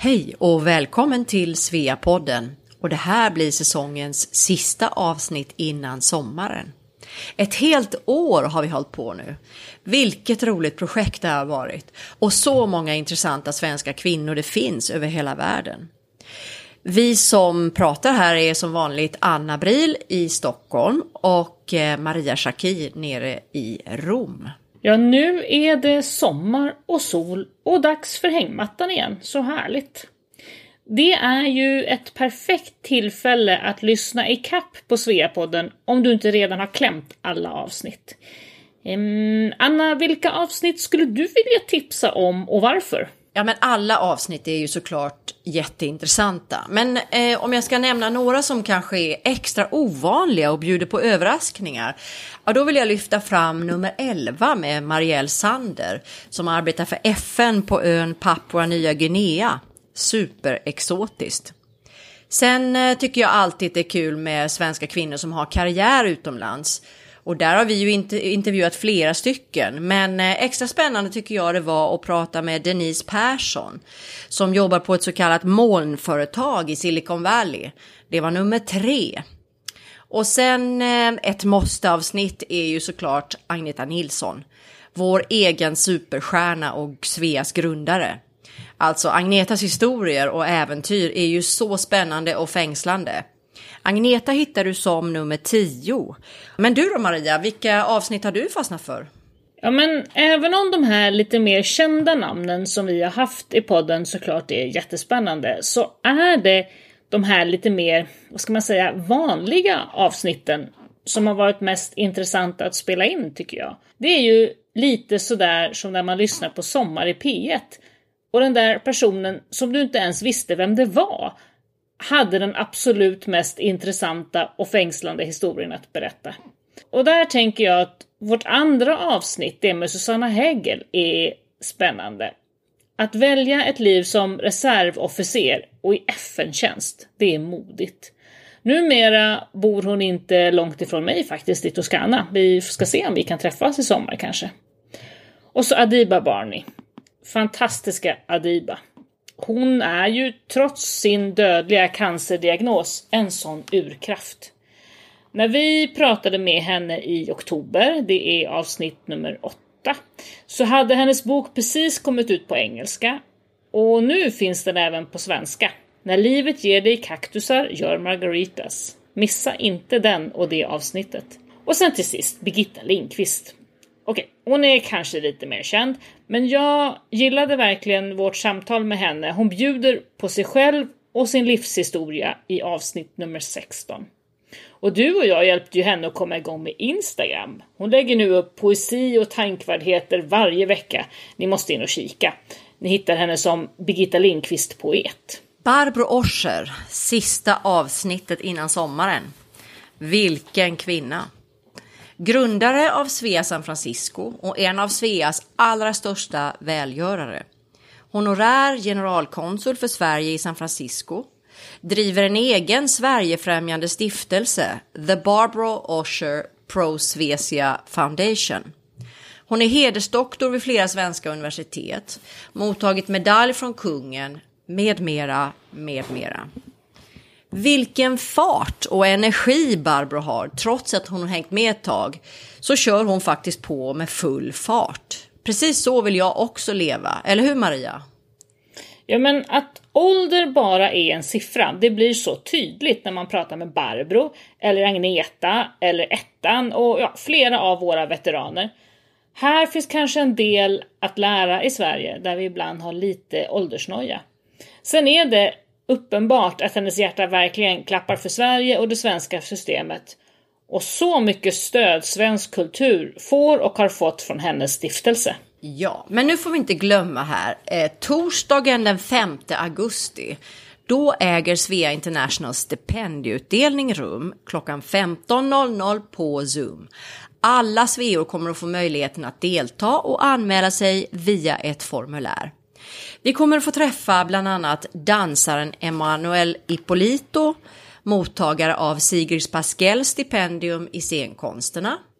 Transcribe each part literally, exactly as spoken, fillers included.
Hej och välkommen till Svea-podden. Och det här blir säsongens sista avsnitt innan sommaren. Ett helt år har vi hållit på nu. Vilket roligt projekt det har varit. Och så många intressanta svenska kvinnor det finns över hela världen. Vi som pratar här är som vanligt Anna Bril i Stockholm och Maria Shakir nere i Rom. Ja, nu är det sommar och sol och dags för hängmattan igen. Så härligt. Det är ju ett perfekt tillfälle att lyssna i kapp på Svea-podden om du inte redan har klämt alla avsnitt. Um, Anna, vilka avsnitt skulle du vilja tipsa om och varför? Ja, men alla avsnitt är ju såklart jätteintressanta. Men eh, om jag ska nämna några som kanske är extra ovanliga och bjuder på överraskningar. Ja, då vill jag lyfta fram nummer elva med Marielle Sander som arbetar för F N på ön Papua Nya Guinea. Superexotiskt. Sen eh, tycker jag alltid det är kul med svenska kvinnor som har karriär utomlands. Och där har vi ju inte intervjuat flera stycken. Men eh, extra spännande tycker jag det var att prata med Denise Persson. Som jobbar på ett så kallat molnföretag i Silicon Valley. Det var nummer tre. Och sen eh, ett måste-avsnitt är ju såklart Agneta Nilsson. Vår egen superstjärna och Sveas grundare. Alltså Agnetas historier och äventyr är ju så spännande och fängslande. Agneta hittar du som nummer tio. Men du då Maria, vilka avsnitt har du fastnat för? Ja, men även om de här lite mer kända namnen som vi har haft i podden såklart är jättespännande, så är det de här lite mer, vad ska man säga, vanliga avsnitten som har varit mest intressanta att spela in tycker jag. Det är ju lite sådär som när man lyssnar på Sommar i P ett och den där personen som du inte ens visste vem det var hade den absolut mest intressanta och fängslande historien att berätta. Och där tänker jag att vårt andra avsnitt, det med Susanna Hegel, är spännande. Att välja ett liv som reservofficer och i F N-tjänst, det är modigt. Numera bor hon inte långt ifrån mig faktiskt i Toscana. Vi ska se om vi kan träffas i sommar kanske. Och så Adiba Barney. Fantastiska Adiba. Hon är ju trots sin dödliga cancerdiagnos en sån urkraft. När vi pratade med henne i oktober, det är avsnitt nummer åtta, så hade hennes bok precis kommit ut på engelska. Och nu finns den även på svenska. När livet ger dig kaktusar, gör margaritas. Missa inte den och det avsnittet. Och sen till sist, Birgitta Lindqvist. Okej, hon är kanske lite mer känd, men jag gillade verkligen vårt samtal med henne. Hon bjuder på sig själv och sin livshistoria i avsnitt nummer sexton. Och du och jag hjälpte ju henne att komma igång med Instagram. Hon lägger nu upp poesi och tankvärdheter varje vecka. Ni måste in och kika. Ni hittar henne som Birgitta Lindqvist poet. Barbro Oscher, sista avsnittet innan sommaren. Vilken kvinna! Grundare av Svea San Francisco och en av Sveas allra största välgörare. Honorär generalkonsul för Sverige i San Francisco. Driver en egen Sverigefrämjande stiftelse, The Barbro Oscher Pro Svecia Foundation. Hon är hedersdoktor vid flera svenska universitet. Mottagit medalj från kungen, med mera, med mera. Vilken fart och energi Barbro har, trots att hon har hängt med ett tag, så kör hon faktiskt på med full fart. Precis så vill jag också leva, eller hur Maria? Ja, men att ålder bara är en siffra, det blir så tydligt när man pratar med Barbro, eller Agneta, eller Ettan och ja, flera av våra veteraner. Här finns kanske en del att lära i Sverige, där vi ibland har lite åldersnoja. Sen är det uppenbart att hennes hjärta verkligen klappar för Sverige och det svenska systemet. Och så mycket stöd svensk kultur får och har fått från hennes stiftelse. Ja, men nu får vi inte glömma här. Eh, torsdagen den femte augusti, då äger Svea International stipendieutdelning rum klockan femton noll noll på Zoom. Alla sveor kommer att få möjligheten att delta och anmäla sig via ett formulär. Vi kommer att få träffa bland annat dansaren Emanuel Ippolito, mottagare av Sigrid Pasquels stipendium i scenkonsterna.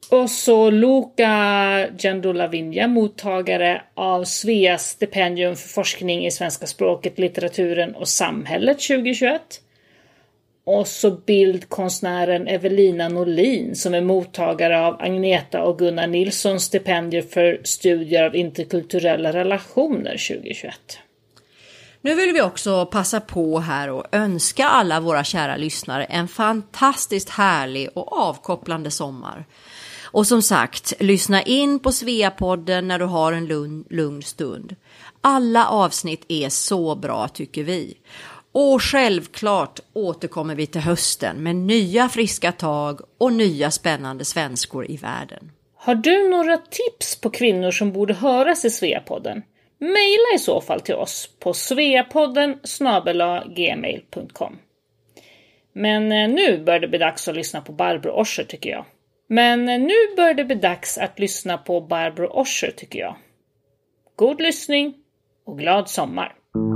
Och så Luca Giandola-Vinja, mottagare av Sveas stipendium för forskning i svenska språket, litteraturen och samhället tjugohundratjugoett. Och så bildkonstnären Evelina Norlin som är mottagare av Agneta och Gunnar Nilssons stipendier för studier av interkulturella relationer tjugohundratjugoett. Nu vill vi också passa på här och önska alla våra kära lyssnare en fantastiskt härlig och avkopplande sommar. Och som sagt, lyssna in på Sveapodden när du har en lugn, lugn stund. Alla avsnitt är så bra tycker vi. Och självklart återkommer vi till hösten med nya friska tag och nya spännande svenskor i världen. Har du några tips på kvinnor som borde höras i Sveapodden? Maila i så fall till oss på sveapodden snabel-a gmail punkt com. Men nu börjar det bli dags att lyssna på Barbro Oscher tycker jag. Men nu börjar det bli dags att lyssna på Barbro Oscher tycker jag. God lyssning och glad sommar!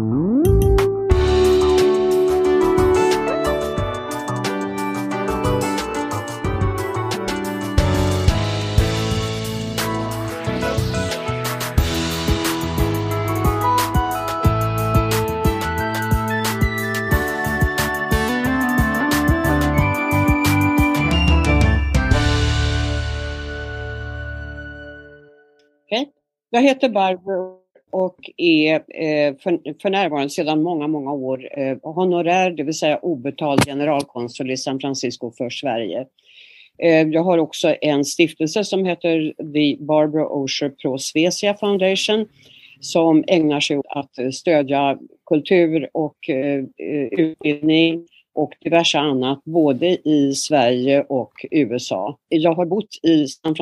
Jag heter Barbro och är eh, för, för närvarande sedan många, många år eh, honorär, det vill säga obetald generalkonsul i San Francisco för Sverige. Eh, jag har också en stiftelse som heter The Barbro Oscher Pro Svecia Foundation som ägnar sig åt att stödja kultur och eh, utbildning och diverse annat både i Sverige och U S A. Jag har bott i San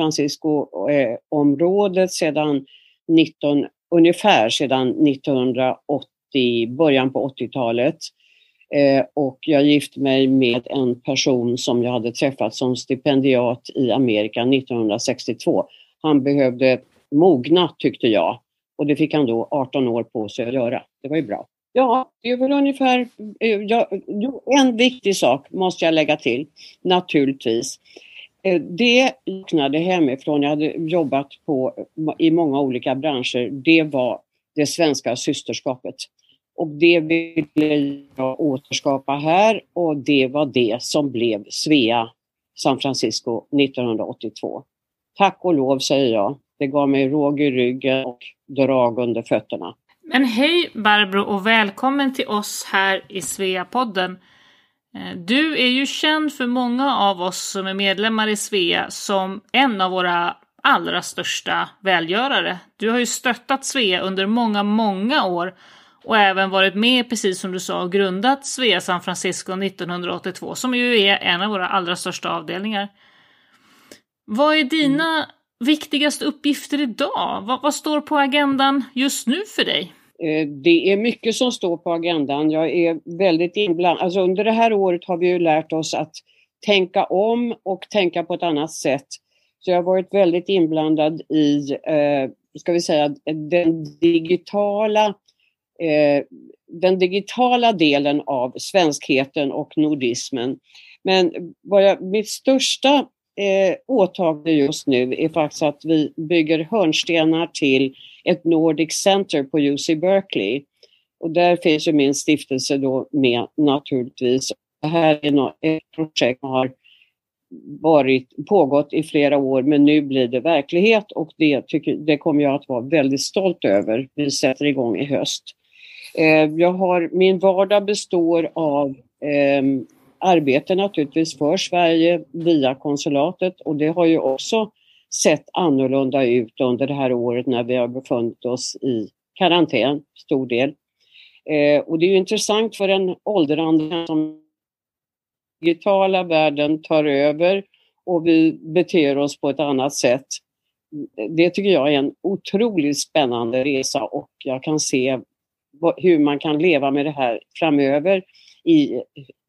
Francisco-området sedan nitton, ungefär sedan nittonhundraåttio, början på åttiotalet. Eh, och jag gifte mig med en person som jag hade träffat som stipendiat i Amerika nittonhundrasextiotvå. Han behövde mogna tyckte jag och det fick han då arton år på sig att göra. Det var ju bra. Ja, det är väl ungefär, ja, en viktig sak måste jag lägga till, naturligtvis. Det liknade hemifrån, jag hade jobbat på, i många olika branscher, det var det svenska systerskapet. Och det ville jag återskapa här och det var det som blev Svea San Francisco nittonhundraåttiotvå. Tack och lov säger jag, det gav mig råg i ryggen och drag under fötterna. Men hej Barbro och välkommen till oss här i Sveapodden. Du är ju känd för många av oss som är medlemmar i Svea som en av våra allra största välgörare. Du har ju stöttat Svea under många, många år och även varit med, precis som du sa, och grundat Svea San Francisco nittonhundraåttiotvå som ju är en av våra allra största avdelningar. Vad är dina mm. viktigaste uppgifter idag? Vad, vad står på agendan just nu för dig? Det är mycket som står på agendan. Jag är väldigt inblandad. Alltså under det här året har vi ju lärt oss att tänka om och tänka på ett annat sätt. Så jag har varit väldigt inblandad i, eh, ska vi säga, den digitala, eh, den digitala delen av svenskheten och nordismen. Men vad jag, mitt största eh, åtagande just nu är faktiskt att vi bygger hörnstenar till ett Nordic Center på U C Berkeley. Och där finns ju min stiftelse då med naturligtvis. Det här är ett projekt som har varit, pågått i flera år men nu blir det verklighet och det, tycker, det kommer jag att vara väldigt stolt över. Vi sätter igång i höst. Eh, jag har, min vardag består av eh, arbete naturligtvis för Sverige via konsulatet och det har ju också sett annorlunda ut under det här året när vi har befunnit oss i karantän, stor del. Eh, och det är ju intressant för en åldrande som digitala världen tar över och vi beter oss på ett annat sätt. Det tycker jag är en otroligt spännande resa och jag kan se hur man kan leva med det här framöver i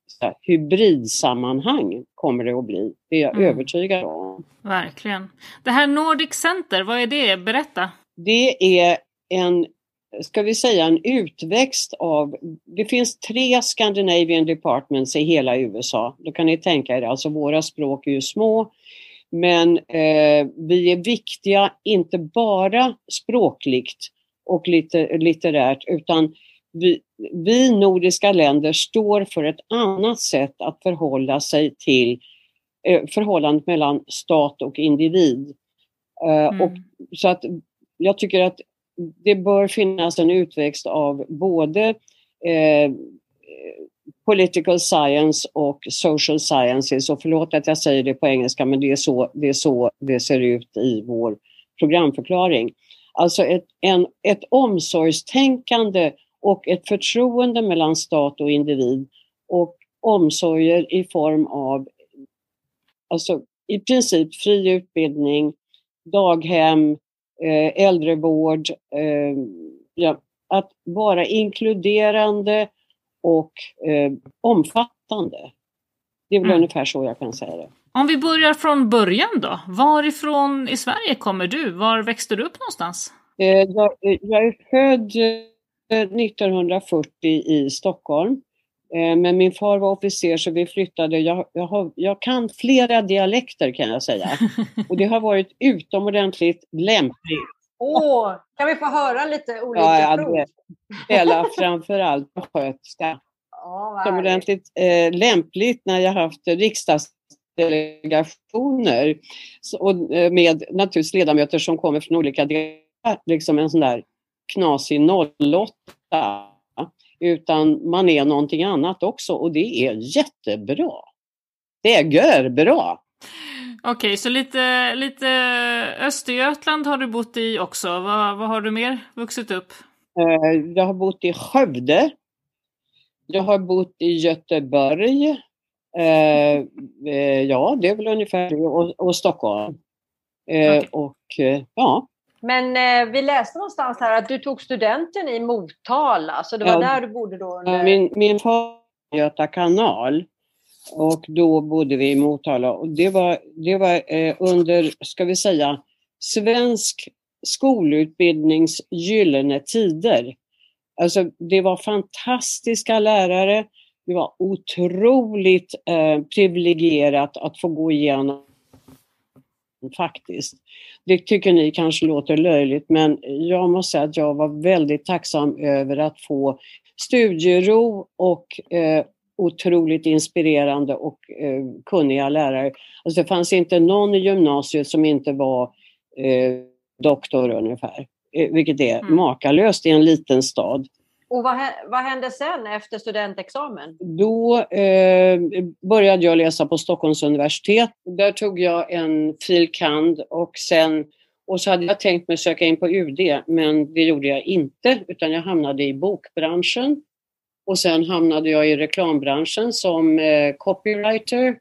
hybridsammanhang kommer det att bli. Det är jag mm. övertygad om. Verkligen. Det här Nordic Center, vad är det? Berätta. Det är en, ska vi säga, en utväxt av, det finns tre Scandinavian Departments i hela U S A. Då kan ni tänka er, alltså våra språk är ju små. Men eh, vi är viktiga inte bara språkligt och lite, litterärt, utan vi, vi nordiska länder står för ett annat sätt att förhålla sig till eh, förhållandet mellan stat och individ. Eh, mm. och, så att jag tycker att det bör finnas en utväxt av både eh, political science och social sciences, och förlåt att jag säger det på engelska, men det är så det, är så det ser ut i vår programförklaring. Alltså ett, en, ett omsorgstänkande och ett förtroende mellan stat och individ, och omsorger i form av alltså i princip fri utbildning, daghem, eh, äldrevård, eh, ja, att vara inkluderande och eh, omfattande. Det är väl mm. ungefär så jag kan säga det. Om vi börjar från början då. Varifrån i Sverige kommer du? Var växte du upp någonstans? Eh, jag, jag är född eh, nittonhundrafyrtio i Stockholm. Eh, men min far var officer så vi flyttade. Jag, jag, har, jag kan flera dialekter kan jag säga. Och det har varit utomordentligt lämpligt. Åh, kan vi få höra lite olika ja, prov? Ja, eller framförallt på skötska. Oh, utomordentligt eh, lämpligt när jag haft riksdagsdelegationer så, och, eh, med naturligtvis ledamöter som kommer från olika delar, liksom en sån där knasig noll åtta, utan man är någonting annat också, och det är jättebra. Det är görbra. Okej, okay, så lite, lite Östergötland har du bott i också. Vad, vad har du mer vuxit upp? Eh, jag har bott i Skövde. Jag har bott i Göteborg. Eh, eh, ja, det är väl ungefär det. Och, och Stockholm. Eh, okay. Och eh, ja. Men eh, vi läste någonstans här att du tog studenten i Motala. Så det var ja, där du bodde då? Under... Min, min far Göta kanal. Och då bodde vi i Motala. Och det var, det var eh, under, ska vi säga, svensk skolutbildnings gyllene tider. Alltså det var fantastiska lärare. Det var otroligt eh, privilegierat att få gå igenom faktiskt. Det tycker ni kanske låter löjligt, men jag måste säga att jag var väldigt tacksam över att få studiero och eh, otroligt inspirerande och eh, kunniga lärare. Alltså det fanns inte någon i gymnasiet som inte var eh, doktor ungefär. Vilket är mm. makalöst i en liten stad. Och vad, vad hände sen efter studentexamen? Då eh, började jag läsa på Stockholms universitet. Där tog jag en filkand och sen och så hade jag tänkt mig söka in på U D, men det gjorde jag inte, utan jag hamnade i bokbranschen. Och sen hamnade jag i reklambranschen som eh, copywriter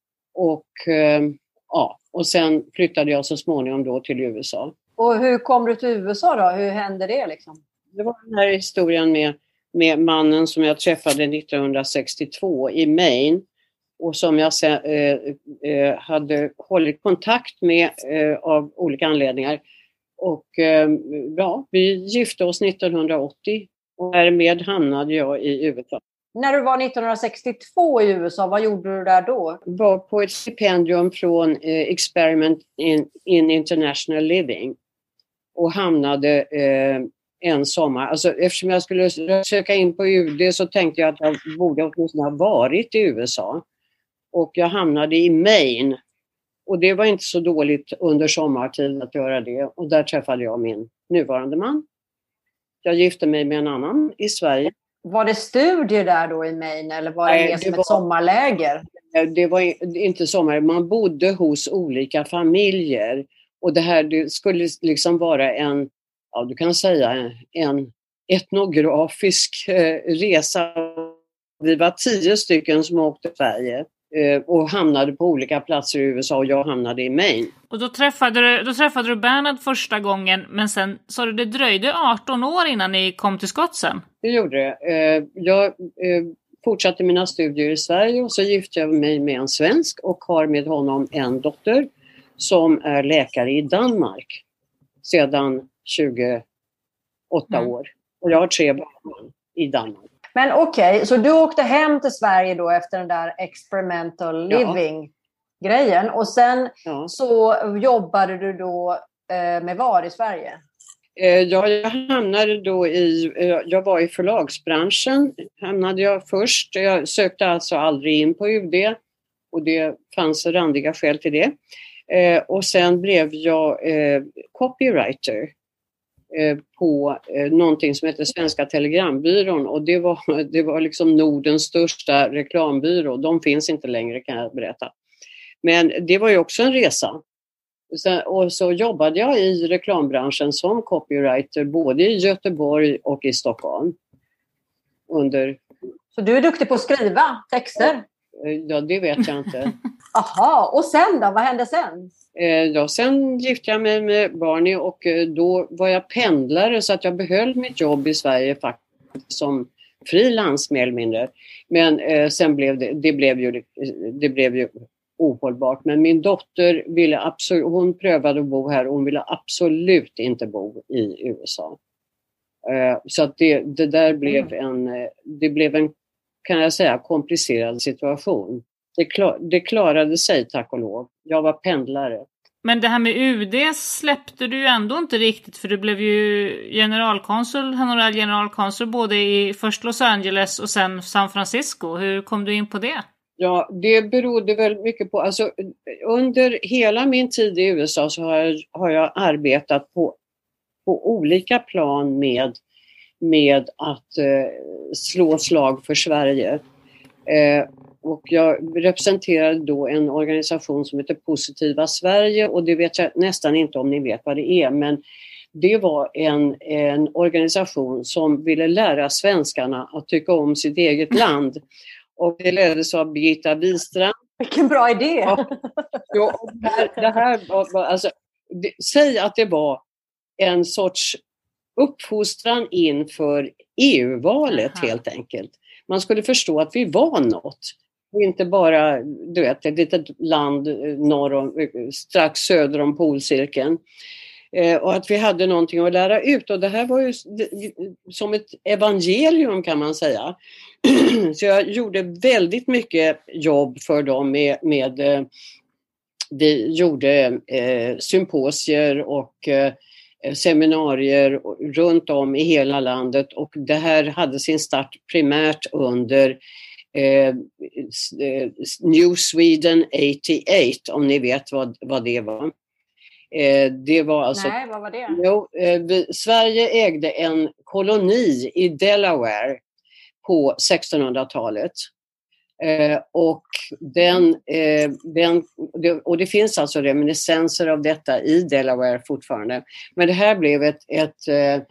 och eh, ja, och sen flyttade jag så småningom då till U S A. Och hur kom du till U S A då? Hur hände det liksom? Det var den här historien med, med mannen som jag träffade nittonhundrasextiotvå i Maine. Och som jag sen, eh, eh, hade hållit kontakt med eh, av olika anledningar. Och eh, ja, vi gifte oss nittonhundraåttio. Och därmed hamnade jag i U S A. När du var nittonhundrasextiotvå i U S A, vad gjorde du där då? Jag var på ett stipendium från eh, Experiment in, in International Living. Och hamnade eh, en sommar. Alltså, eftersom jag skulle söka in på U D så tänkte jag att jag borde åtminstone ha varit i U S A. Och jag hamnade i Maine. Och det var inte så dåligt under sommartid att göra det. Och där träffade jag min nuvarande man. Jag gifte mig med en annan i Sverige. Var det studier där då i Maine eller var det Nej, mer som det ett var, sommarläger? Det var inte sommar. Man bodde hos olika familjer. Och det här det skulle liksom vara en, ja du kan säga en etnografisk eh, resa. Vi var tio stycken som åkte till Sverige eh, och hamnade på olika platser i U S A och jag hamnade i Maine. Och då träffade du, då träffade du Bernhard första gången, men sen sa du det dröjde arton år innan ni kom till skott sen? Det gjorde det. Eh, jag eh, fortsatte mina studier i Sverige och så gifte jag mig med en svensk och har med honom en dotter som är läkare i Danmark sedan tjugoåtta mm. år. Och jag har tre barn i Danmark. Men okej, okay, så du åkte hem till Sverige då efter den där experimental living. grejen. Och sen ja. så jobbade du då eh, med var i Sverige? Ja, jag hamnade då i, jag var i förlagsbranschen, hamnade jag först. Jag sökte alltså aldrig in på U D och det fanns randiga skäl till det. Eh, och sen blev jag eh, copywriter eh, på eh, någonting som heter Svenska Telegrambyrån, och det var, det var liksom Nordens största reklambyrå. De finns inte längre, kan jag berätta. Men det var ju också en resa. Sen, och så jobbade jag i reklambranschen som copywriter både i Göteborg och i Stockholm. Under... Så du är duktig på att skriva texter? Ja, det vet jag inte. Aha, och sen då? Vad hände sen? Eh, ja, sen gifte jag mig med Barney och eh, då var jag pendlare, så att jag behöll mitt jobb i Sverige faktiskt som frilans mer eller mindre. Men eh, sen blev det, det blev ju, det blev ju ohållbart. Men min dotter ville absolut, hon prövade att bo här och hon ville absolut inte bo i U S A. Eh, så att det, det där blev en, det blev en, kan jag säga, komplicerad situation. Det, klar, det klarade sig, tack och lov. Jag var pendlare. Men det här med U D släppte du ju ändå inte riktigt, för du blev ju generalkonsul, honorär generalkonsul både i först Los Angeles och sen San Francisco. Hur kom du in på det? Ja, det berodde väl mycket på, alltså under hela min tid i U S A så har jag, har jag arbetat på, på olika plan med, med att eh, slå slag för Sverige. Eh, och jag representerade då en organisation som heter Positiva Sverige, och det vet jag nästan inte om ni vet vad det är, men det var en, en organisation som ville lära svenskarna att tycka om sitt eget land. Och det leddes av Birgitta Wistrand. Vilken bra idé! Ja, ja, det här, det här var, alltså, det, säg att det var en sorts uppfostran inför E U-valet. Aha. Helt enkelt. Man skulle förstå att vi var något. Inte bara, du vet, ett litet land norr om, strax söder om polcirkeln. Eh, och att vi hade någonting att lära ut. Och det här var ju som ett evangelium, kan man säga. Så jag gjorde väldigt mycket jobb för dem med, med eh, vi gjorde eh, symposier och eh, seminarier runt om i hela landet, och det här hade sin start primärt under eh, New Sweden åttioåtta, om ni vet vad, vad det var. Eh, det var alltså, Nej, vad var det? Jo, eh, vi, Sverige ägde en koloni i Delaware på sextonhundratalet. Eh, och, den, eh, den, det, och det finns alltså reminiscenser av detta i Delaware fortfarande. Men det här blev ett, ett eh,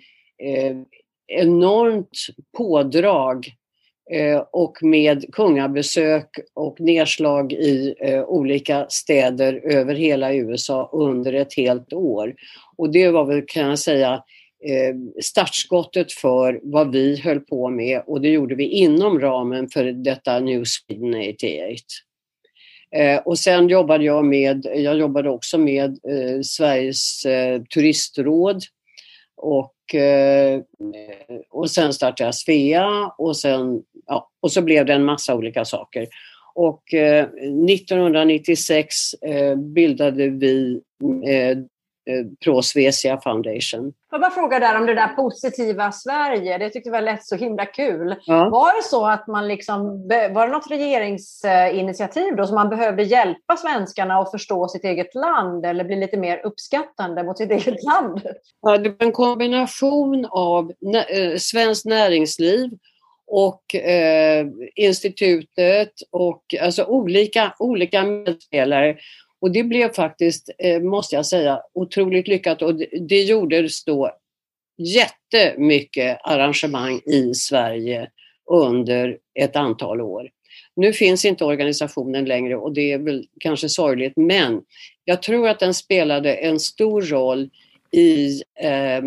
enormt pådrag eh, och med kungabesök och nedslag i eh, olika städer över hela U S A under ett helt år. Och det var väl, kan jag säga, startskottet för vad vi höll på med, och det gjorde vi inom ramen för detta New Sweden åttioåtta. Eh, och sen jobbade jag med, jag jobbade också med eh, Sveriges eh, turistråd, och, eh, och sen startade jag Svea, och sen, ja, och så blev det en massa olika saker. Och eh, nittonhundranittiosex eh, bildade vi eh, Pro Svecia Foundation. Jag bara fråga där om det där positiva Sverige. Det tyckte jag var lätt så himla kul. Ja. Var det så att man liksom, var det något regeringsinitiativ då som man behövde hjälpa svenskarna att förstå sitt eget land eller bli lite mer uppskattande mot sitt eget land? Ja, det var en kombination av nä- svenskt näringsliv och eh, institutet och alltså olika, olika medspelare. Och det blev faktiskt, eh, måste jag säga, otroligt lyckat, och det, det gjordes då jättemycket arrangemang i Sverige under ett antal år. Nu finns inte organisationen längre, och det är väl kanske sorgligt, men jag tror att den spelade en stor roll i eh,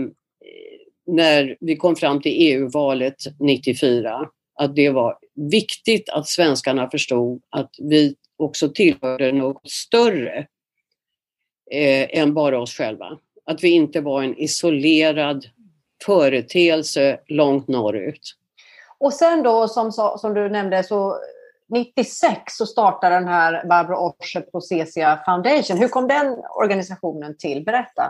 när vi kom fram till E U-valet nittiofyra. Att det var viktigt att svenskarna förstod att vi också tillhörde något större eh, än bara oss själva. Att vi inte var en isolerad företeelse långt norrut. Och sen då, som, som du nämnde, så nittiosex så startade den här Barbro Osher Procesia Foundation. Hur kom den organisationen till? Berätta.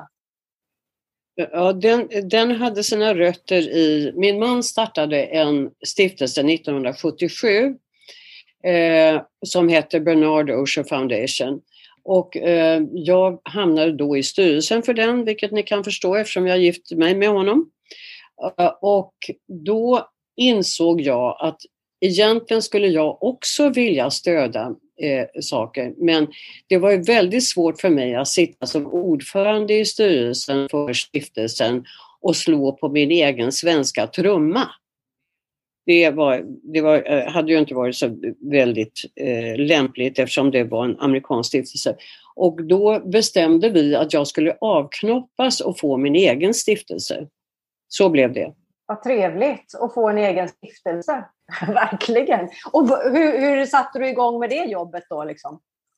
Ja, den, den hade sina rötter i... Min man startade en stiftelse nittonhundrasjuttiosju eh, som hette Bernard Osher Foundation. Och eh, jag hamnade då i styrelsen för den, vilket ni kan förstå eftersom jag gifte mig med honom. Uh, och då insåg jag att egentligen skulle jag också vilja stödja eh, saker. Men det var ju väldigt svårt för mig att sitta som ordförande i styrelsen för stiftelsen och slå på min egen svenska trumma. Det, var, det var, hade ju inte varit så väldigt eh, lämpligt eftersom det var en amerikansk stiftelse. Och då bestämde vi att jag skulle avknoppas och få min egen stiftelse. Så blev det. Vad trevligt att få en egen stiftelse. Verkligen. Och hur, hur satte du igång med det jobbet då liksom?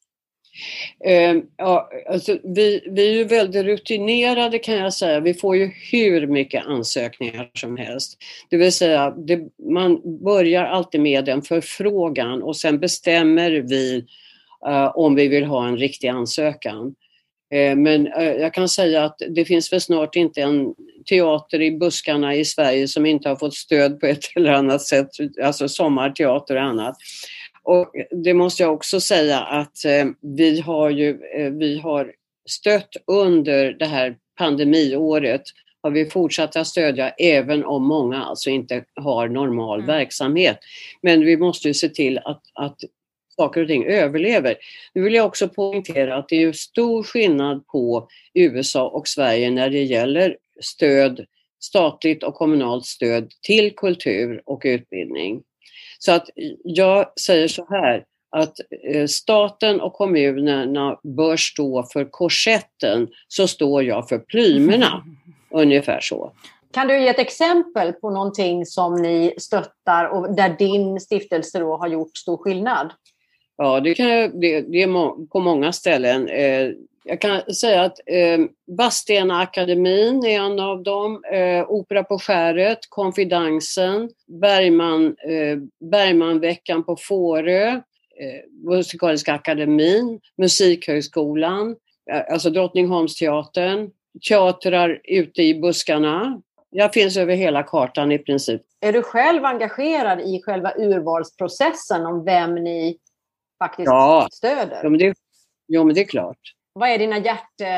Uh, ja, alltså vi, vi är ju väldigt rutinerade kan jag säga. Vi får ju hur mycket ansökningar som helst. Det vill säga, det, man börjar alltid med en förfrågan och sen bestämmer vi uh, om vi vill ha en riktig ansökan. Uh, men uh, jag kan säga att det finns väl snart inte en teater i buskarna i Sverige som inte har fått stöd på ett eller annat sätt. Alltså sommarteater och annat. Och det måste jag också säga att eh, vi har ju eh, vi har stött under det här pandemiåret har vi fortsatt att stödja även om många alltså inte har normal mm. verksamhet. Men vi måste ju se till att, att saker och ting överlever. Nu vill jag också poängtera att det är stor skillnad på U S A och Sverige när det gäller stöd, statligt och kommunalt stöd till kultur och utbildning. Så att jag säger så här att staten och kommunerna bör stå för korsetten, så står jag för plymerna. Ungefär så. Kan du ge ett exempel på någonting som ni stöttar och där din stiftelse då har gjort stor skillnad? Ja, det, kan jag, det, det är må, på många ställen. Eh, jag kan säga att eh, Vadstena Akademin är en av dem. Eh, Opera på skäret, Konfidensen, Bergman, eh, Bergmanveckan på Fårö, eh, Musikaliska akademin, Musikhögskolan, eh, alltså Drottningholmsteatern, teatrar ute i buskarna. Jag finns över hela kartan i princip. Är du själv engagerad i själva urvalsprocessen om vem ni faktiskt ja. stöder? Ja, men det, ja, men det är klart. Vad är dina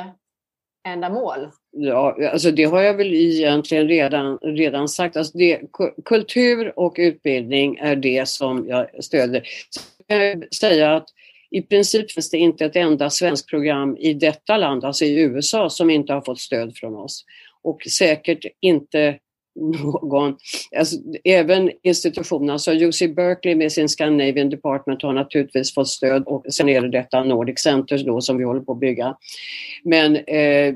hjärteändamål? Ja, alltså det har jag väl egentligen redan, redan sagt. Alltså det, kultur och utbildning är det som jag stöder. Så jag kan säga att i princip finns det inte ett enda svensk program i detta land, alltså i U S A, som inte har fått stöd från oss. Och säkert inte någon, alltså, även institutionerna, alltså U C Berkeley med sin Scandinavian Department har naturligtvis fått stöd, och sen är det detta Nordic Center då som vi håller på att bygga. Men eh,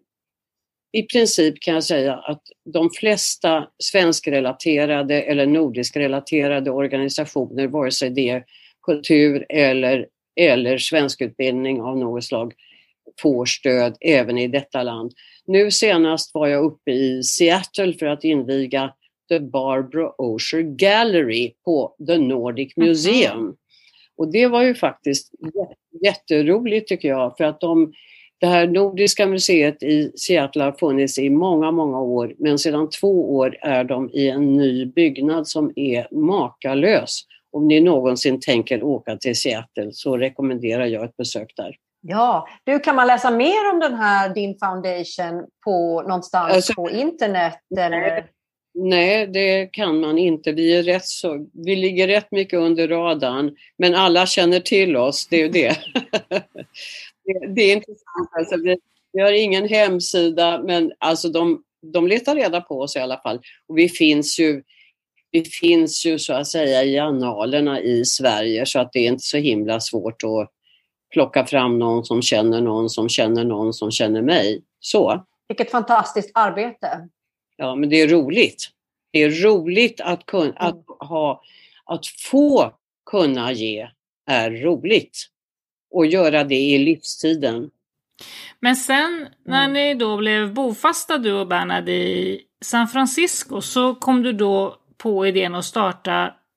i princip kan jag säga att de flesta svenskrelaterade eller nordisk-relaterade organisationer, vare sig det är kultur eller, eller svenskutbildning av något slag, får stöd även i detta land. Nu senast var jag uppe i Seattle för att inviga The Barbro Osher Gallery på The Nordic Museum. Mm. Och det var ju faktiskt jätteroligt tycker jag, för att de, det här Nordiska museet i Seattle har funnits i många, många år, men sedan två år är de i en ny byggnad som är makalös. Om ni någonsin tänker åka till Seattle så rekommenderar jag ett besök där. Ja, du, kan man läsa mer om den här, din foundation, på någonstans alltså, på internet? Eller? Nej, det kan man inte. Vi, är rätt så, vi ligger rätt mycket under radarn, men alla känner till oss, det är ju det. det, det är intressant. Alltså, vi, vi har ingen hemsida, men alltså de, de letar reda på oss i alla fall. Och vi finns ju Vi finns ju så att säga i annalerna i Sverige, så att det är inte så himla svårt att plocka fram någon som känner någon som känner någon som känner mig. Så. Vilket fantastiskt arbete. Ja, men det är roligt. Det är roligt att, kunna, att, ha, att få kunna ge är roligt. Och göra det i livstiden. Men sen när mm. ni då blev bofasta, du och Bernhard, i San Francisco, så kom du då på idén att starta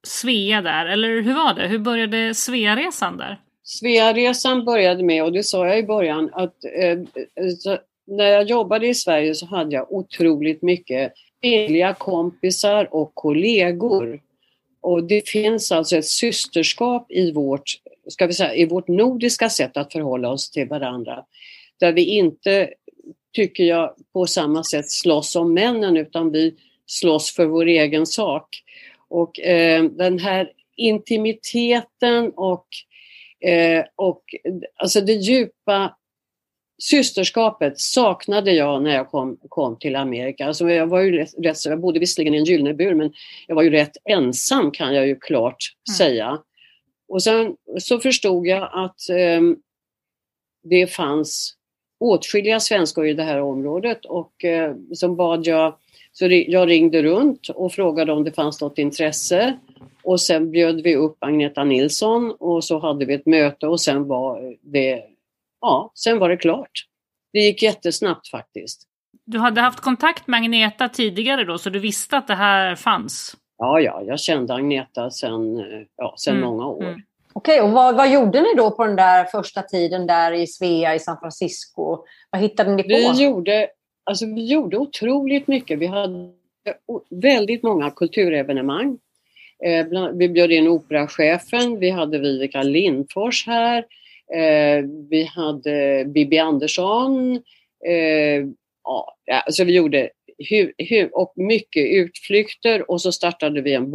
Svea där, eller hur var det? Hur började Svea-resan där? Svea-resan började med, och det sa jag i början, att eh, när jag jobbade i Sverige så hade jag otroligt mycket kvinnliga kompisar och kollegor. Och det finns alltså ett systerskap i vårt, ska vi säga, i vårt nordiska sätt att förhålla oss till varandra. Där vi inte, tycker jag, på samma sätt slåss om männen, utan vi slåss för vår egen sak. Och eh, den här intimiteten och, eh, och alltså det djupa systerskapet saknade jag när jag kom, kom till Amerika. Alltså jag var ju rätt, rätt, jag bodde visserligen i en gyllene bur, men jag var ju rätt ensam, kan jag ju klart mm. säga. Och sen så förstod jag att eh, det fanns åtskilliga svenskar i det här området, och eh, som bad jag, så jag ringde runt och frågade om det fanns något intresse, och sen bjöd vi upp Agneta Nilsson och så hade vi ett möte, och sen var det, ja, sen var det klart. Det gick jättesnabbt faktiskt. Du hade haft kontakt med Agneta tidigare då, så du visste att det här fanns? Ja, ja, jag kände Agneta sedan, ja, sedan mm. många år. Mm. Okej, och vad, vad gjorde ni då på den där första tiden där i Svea i San Francisco? Vad hittade ni på? Vi gjorde, alltså, vi gjorde otroligt mycket. Vi hade väldigt många kulturevenemang. Eh, bland, vi bjöd in operachefen, vi hade Vivica Lindfors här. Eh, vi hade Bibi Andersson. Eh, ja, alltså vi gjorde hu, hu, och mycket utflykter, och så startade vi en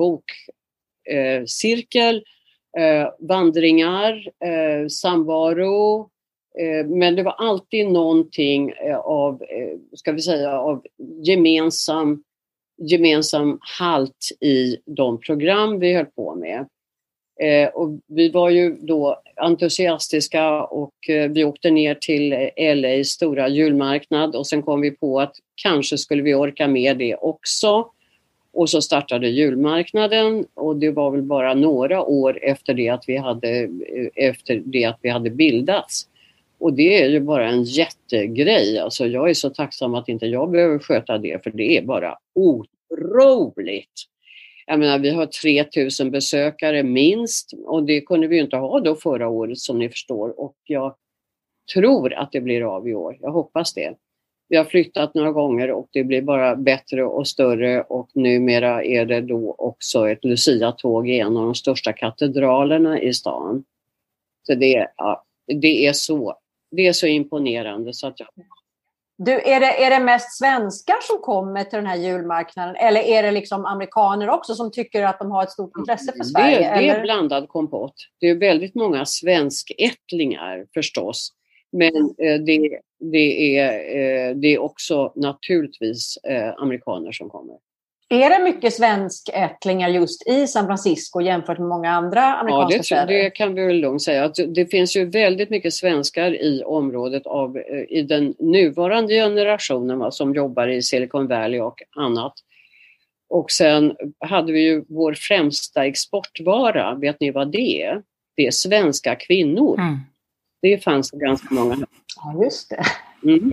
bokcirkel. Eh, vandringar, eh, samvaro, eh, men det var alltid någonting eh, av, eh, ska vi säga, av gemensam, gemensam halt i de program vi höll på med. Eh, och vi var ju då entusiastiska, och eh, vi åkte ner till L A:s stora julmarknad, och sen kom vi på att kanske skulle vi orka med det också. Och så startade julmarknaden, och det var väl bara några år efter det att vi hade, efter det att vi hade bildats. Och det är ju bara en jättegrej. Alltså jag är så tacksam att inte jag behöver sköta det, för det är bara otroligt. Jag menar, vi har tre tusen besökare minst, och det kunde vi ju inte ha då förra året, som ni förstår. Och jag tror att det blir av i år. Jag hoppas det. Vi har flyttat några gånger, och det blir bara bättre och större, och numera är det då också ett Lucia-tåg i en av de största katedralerna i stan. Så det, ja, det, är, så, det är så imponerande. Så att jag... Du, är det, är det mest svenskar som kommer till den här julmarknaden, eller är det liksom amerikaner också som tycker att de har ett stort intresse för Sverige? Det, det är eller? blandad kompott. Det är väldigt många svenskättlingar förstås. Men eh, det, det, är, eh, det är också naturligtvis eh, amerikaner som kommer. Är det mycket svenskättlingar just i San Francisco jämfört med många andra amerikanska ja, det, städer? det kan vi väl lugnt säga. Att det finns ju väldigt mycket svenskar i området av, eh, i den nuvarande generationen, va, som jobbar i Silicon Valley och annat. Och sen hade vi ju vår främsta exportvara. Vet ni vad det är? Det är svenska kvinnor. Mm. Det fanns ganska många. Ja, just det. Mm.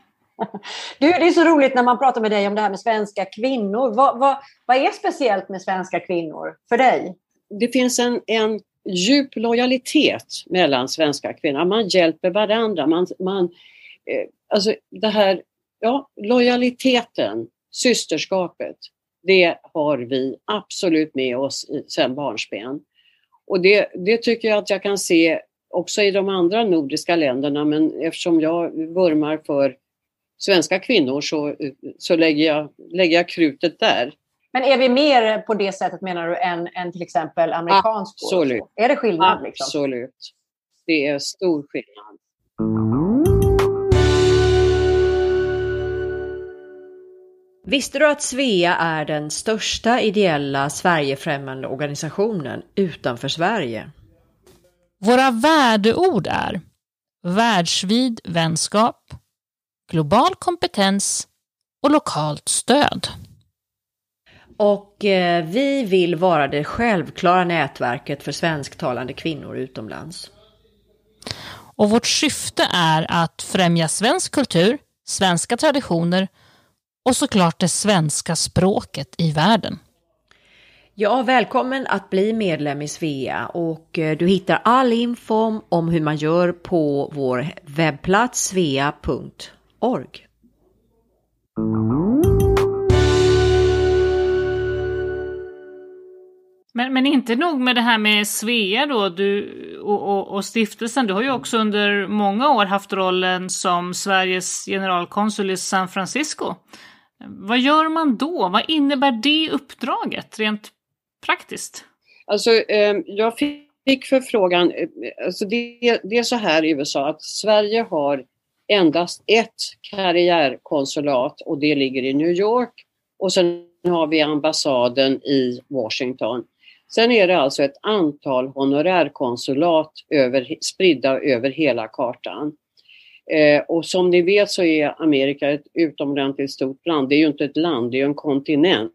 Du, det är så roligt när man pratar med dig om det här med svenska kvinnor. Vad, vad, vad är speciellt med svenska kvinnor för dig? Det finns en, en djup lojalitet mellan svenska kvinnor. Man hjälper varandra. Man, man, eh, alltså det här, ja, lojaliteten, systerskapet, det har vi absolut med oss i, sedan barnsben. Och det, det tycker jag att jag kan se också i de andra nordiska länderna, men eftersom jag vurmar för svenska kvinnor så, så lägger, jag, lägger jag krutet där. Men är vi mer på det sättet, menar du, än, än till exempel amerikansk? Absolut. Är det skillnad? Liksom? Absolut. Det är stor skillnad. Visste du att Svea är den största ideella Sverigefrämmande organisationen utanför Sverige? Våra värdeord är världsvid vänskap, global kompetens och lokalt stöd. Och eh, vi vill vara det självklara nätverket för svensktalande kvinnor utomlands. Och vårt syfte är att främja svensk kultur, svenska traditioner och såklart det svenska språket i världen. Ja, välkommen att bli medlem i Svea och du hittar all info om hur man gör på vår webbplats svea punkt org. Men, men inte nog med det här med Svea då, du, och, och, och stiftelsen. Du har ju också under många år haft rollen som Sveriges generalkonsul i San Francisco. Vad gör man då? Vad innebär det uppdraget rent praktiskt? Alltså, eh, jag fick förfrågan, alltså det, det är så här i U S A att Sverige har endast ett karriärkonsulat och det ligger i New York och sen har vi ambassaden i Washington. Sen är det alltså ett antal honorärkonsulat över, spridda över hela kartan. Eh, och som ni vet så är Amerika ett utomordentligt stort land. Det är ju inte ett land, det är en kontinent.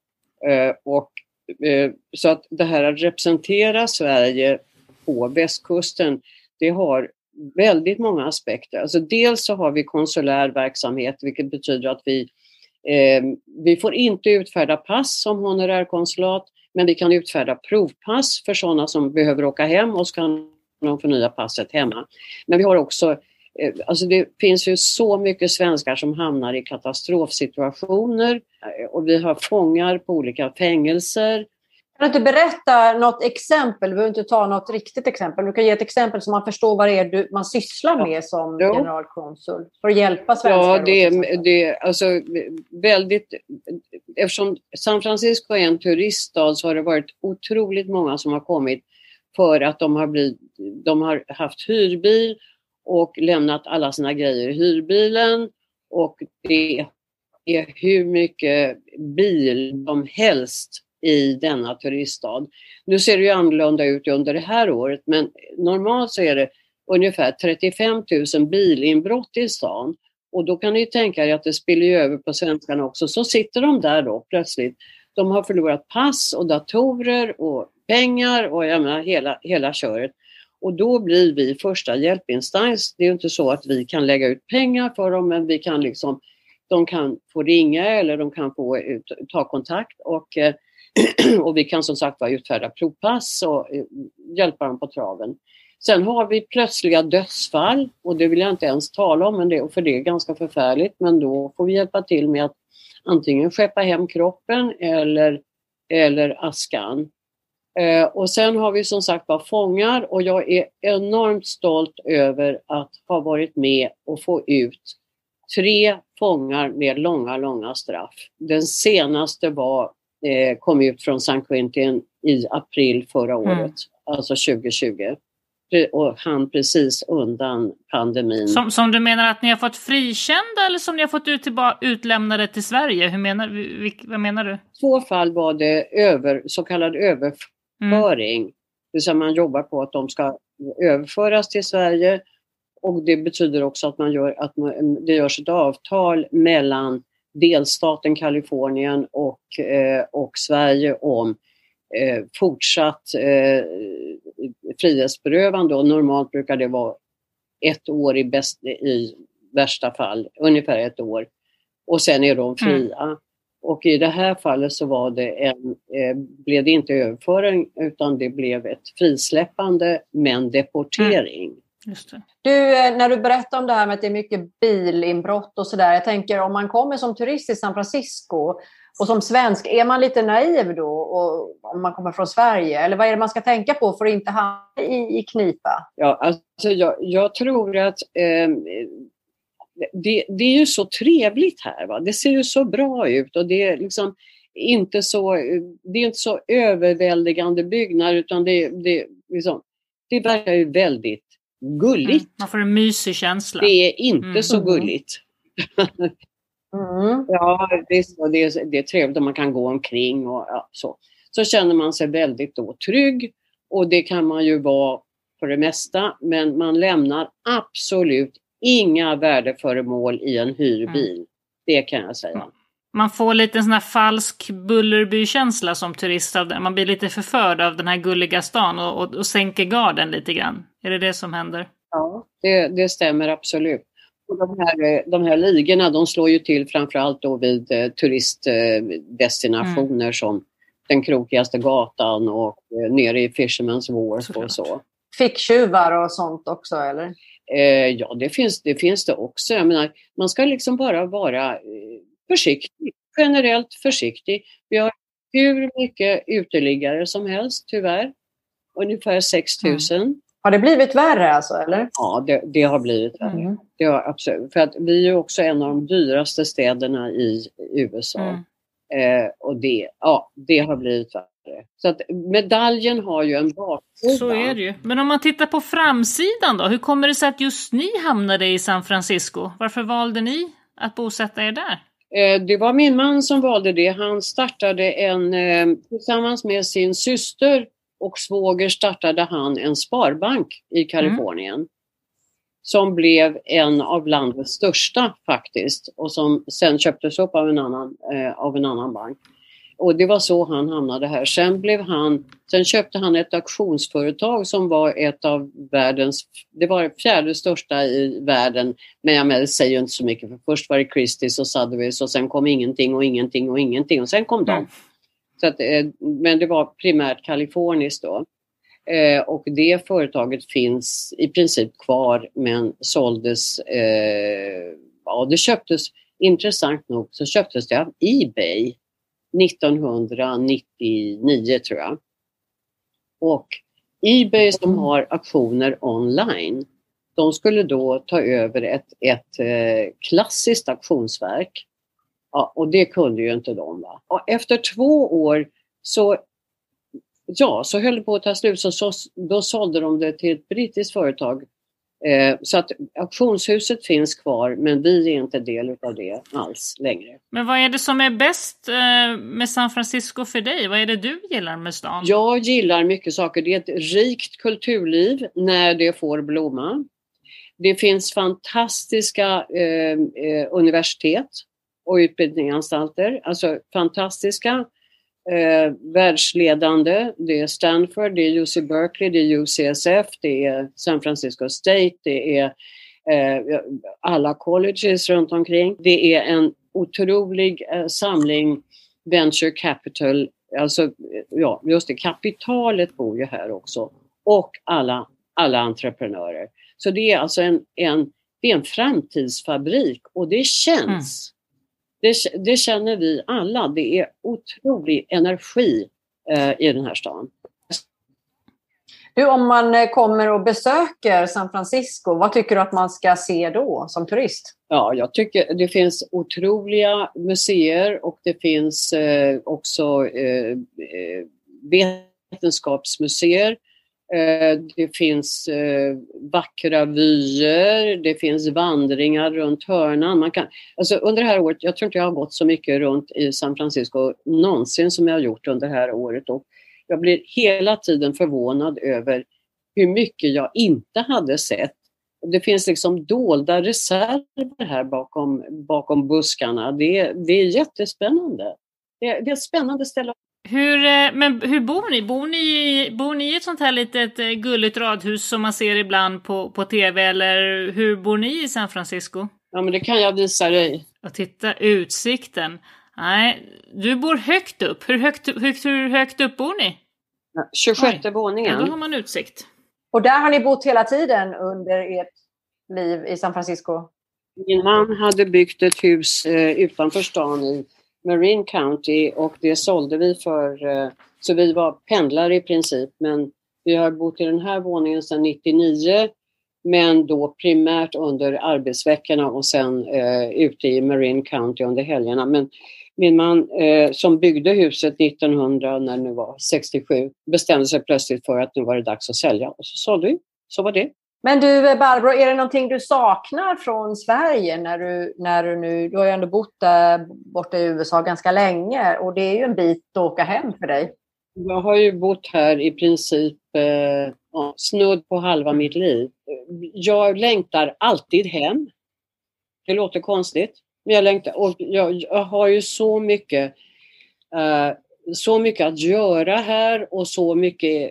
Eh, och, eh, så att det här att representera Sverige på västkusten, det har väldigt många aspekter. Alltså dels så har vi konsulär verksamhet, vilket betyder att vi, eh, vi får inte utfärda pass som honorärkonsulat, men vi kan utfärda provpass för sådana som behöver åka hem och så kan de förnya passet hemma. Men vi har också, eh, alltså det finns ju så mycket svenskar som hamnar i katastrofsituationer och vi har fångar på olika fängelser. Kan du inte berätta något exempel? Du behöver inte ta något riktigt exempel. Du kan ge ett exempel så man förstår vad det är du, man sysslar med som jo. generalkonsul för att hjälpa svenskar. Ja, det är, det är alltså väldigt... Eftersom San Francisco är en turiststad så har det varit otroligt många som har kommit för att de har, blivit, de har haft hyrbil och lämnat alla sina grejer i hyrbilen. Och det är hur mycket bil de helst i denna turiststad. Nu ser det ju annorlunda ut under det här året, men normalt så är det ungefär trettiofem tusen bilinbrott i stan. Och då kan ni ju tänka er att det spiller över på svenskarna också. Så sitter de där då plötsligt. De har förlorat pass och datorer och pengar och jag menar, hela, hela köret. Och då blir vi första hjälpinstans. Det är ju inte så att vi kan lägga ut pengar för dem, men vi kan liksom, de kan få ringa eller de kan få ut, ta kontakt och och vi kan som sagt vara utfärda provpass och hjälpa dem på traven. Sen har vi plötsliga dödsfall och det vill jag inte ens tala om, men det, för det är ganska förfärligt. Men då får vi hjälpa till med att antingen skeppa hem kroppen eller, eller askan. Eh, och sen har vi som sagt bara fångar och jag är enormt stolt över att ha varit med och få ut tre fångar med långa, långa straff. Den senaste var Eh, kom ut från San Quentin i april förra året, mm. alltså tjugo tjugo. Och han precis undan pandemin. Som, som du menar att ni har fått frikända eller som ni har fått ut tillba- utlämnade till Sverige? Hur menar, vilk, vad menar du? I två fall var det över, så kallad överföring. Mm. Det vill säga man jobbar på att de ska överföras till Sverige och det betyder också att, man gör, att man, det görs ett avtal mellan delstaten Kalifornien och, eh, och Sverige om eh, fortsatt eh, frihetsberövande och normalt brukar det vara ett år i, bäst, i värsta fall, ungefär ett år och sen är de fria. Mm. Och i det här fallet så var det en, eh, blev det inte överföring utan det blev ett frisläppande men deportering. Mm. Just det. Du, när du berättar om det här med att det är mycket bilinbrott och sådär. Jag tänker om man kommer som turist i San Francisco och som svensk, är man lite naiv då och, om man kommer från Sverige? Eller vad är det man ska tänka på för att inte hamna i, i knipa? Ja, alltså jag, jag tror att eh, det, det är ju så trevligt här. Va? Det ser ju så bra ut och det är liksom inte så, det är inte så överväldigande byggnader utan det, det, liksom, det verkar ju väldigt gulligt. Mm, man får en mysig känsla. Det är inte mm. så gulligt. Mm. Ja, det är, det, är, det är trevligt om man kan gå omkring och ja, så. Så känner man sig väldigt då trygg och det kan man ju vara för det mesta, men man lämnar absolut inga värdeföremål i en hyrbil. Mm. Det kan jag säga. Man får lite en sån här falsk Bullerby-känsla som turist av det. Man blir lite förförd av den här gulliga stan och, och, och sänker garden lite grann. Är det det som händer? Ja, det, det stämmer absolut. Och de här, de här ligorna, de slår ju till framförallt då vid eh, turistdestinationer mm. som den krokigaste gatan och eh, nere i Fisherman's Wharf Såklart. och så. Ficktjuvar och sånt också, eller? Eh, ja, det finns, det finns det också. Jag menar, man ska liksom bara vara eh, försiktig, generellt försiktig. Vi har hur mycket uteliggare som helst, tyvärr. Ungefär sex tusen. Mm. Har det blivit värre alltså, eller? Ja, det, det har blivit värre. Mm. Det har absolut. För att vi är ju också en av de dyraste städerna i U S A. Mm. Eh, och det, ja, det har blivit värre. Så att medaljen har ju en baksida. Så är det ju. Men om man tittar på framsidan då, hur kommer det sig att just ni hamnade i San Francisco? Varför valde ni att bosätta er där? Eh, det var min man som valde det. Han startade en, eh, tillsammans med sin syster och svåger startade han en sparbank i Kalifornien. Mm. Som blev en av landets största faktiskt. Och som sen köptes upp av en annan, eh, av en annan bank. Och det var så han hamnade här. Sen blev han, sen köpte han ett auktionsföretag som var ett av världens, det var det fjärde största i världen. Men jag med, säger ju inte så mycket, för först var det Christie's och Sotheby's och sen kom ingenting och ingenting och ingenting och sen kom de. Mm. Så att, men det var primärt kaliforniskt då. Och det företaget finns i princip kvar, men såldes, ja det köptes, intressant nog så köptes det av eBay nittonhundranittionio tror jag. Och eBay som har auktioner online, de skulle då ta över ett, ett eh, klassiskt auktionsverk. Ja, och det kunde ju inte de, va. Och efter två år så, ja, så höll det på att ta slut. Så, så, då sålde de det till ett brittiskt företag. Eh, så att auktionshuset finns kvar, men vi är inte del av det alls längre. Men vad är det som är bäst eh, med San Francisco för dig? Vad är det du gillar med stan? Jag gillar mycket saker. Det är ett rikt kulturliv när det får blomma. Det finns fantastiska eh, eh, universitet och utbildningsanstalter. Alltså fantastiska, eh, världsledande. Det är Stanford, det är U C Berkeley, det är U C S F, det är San Francisco State, det är eh, alla colleges runt omkring. Det är en otrolig eh, samling venture capital. Alltså, ja, just det, kapitalet bor ju här också. Och alla, alla entreprenörer. Så det är alltså en, en, det är en framtidsfabrik och det känns. Mm. Det, det känner vi alla. Det är otrolig energi eh, i den här stan. Du, om man kommer och besöker San Francisco, vad tycker du att man ska se då som turist? Ja, jag tycker det finns otroliga museer och det finns eh, också eh, vetenskapsmuseer. Eh, det finns eh, vackra vyer, det finns vandringar runt hörnan. Man kan, alltså under det här året, jag tror inte jag har gått så mycket runt i San Francisco någonsin som jag har gjort under det här året. Och jag blir hela tiden förvånad över hur mycket jag inte hade sett. Det finns liksom dolda reserver här bakom, bakom buskarna. Det, det är jättespännande. Det, det är ett spännande ställe. Hur, men hur bor ni? Bor ni, bor ni i ett sånt här litet gulligt radhus som man ser ibland på, på tv? Eller hur bor ni i San Francisco? Ja, men det kan jag visa dig. Och titta, utsikten. Nej, du bor högt upp. Hur högt, högt, hur högt upp bor ni? tjugosjätte våningen. Ja, då har man utsikt. Och där har ni bott hela tiden under ert liv i San Francisco? Min man hade byggt ett hus eh, utanför stan i Marin County och det sålde vi för, eh, så vi var pendlare i princip, men vi har bott i den här våningen sedan nittionio, men då primärt under arbetsveckorna och sen eh, ute i Marin County under helgerna. Men min man eh, som byggde huset nittonhundra, när det nu var sextiosju, bestämde sig plötsligt för att nu var det dags att sälja. Och så sålde vi. Så var det. Men du Barbro, är det någonting du saknar från Sverige när du, när du nu, du har ju ändå bott där borta i U S A ganska länge och det är ju en bit att åka hem för dig. Jag har ju bott här i princip eh, snudd på halva mitt liv. Jag längtar alltid hem. Det låter konstigt. Men jag längtar, och jag, jag har ju så mycket, uh, så mycket att göra här och så mycket,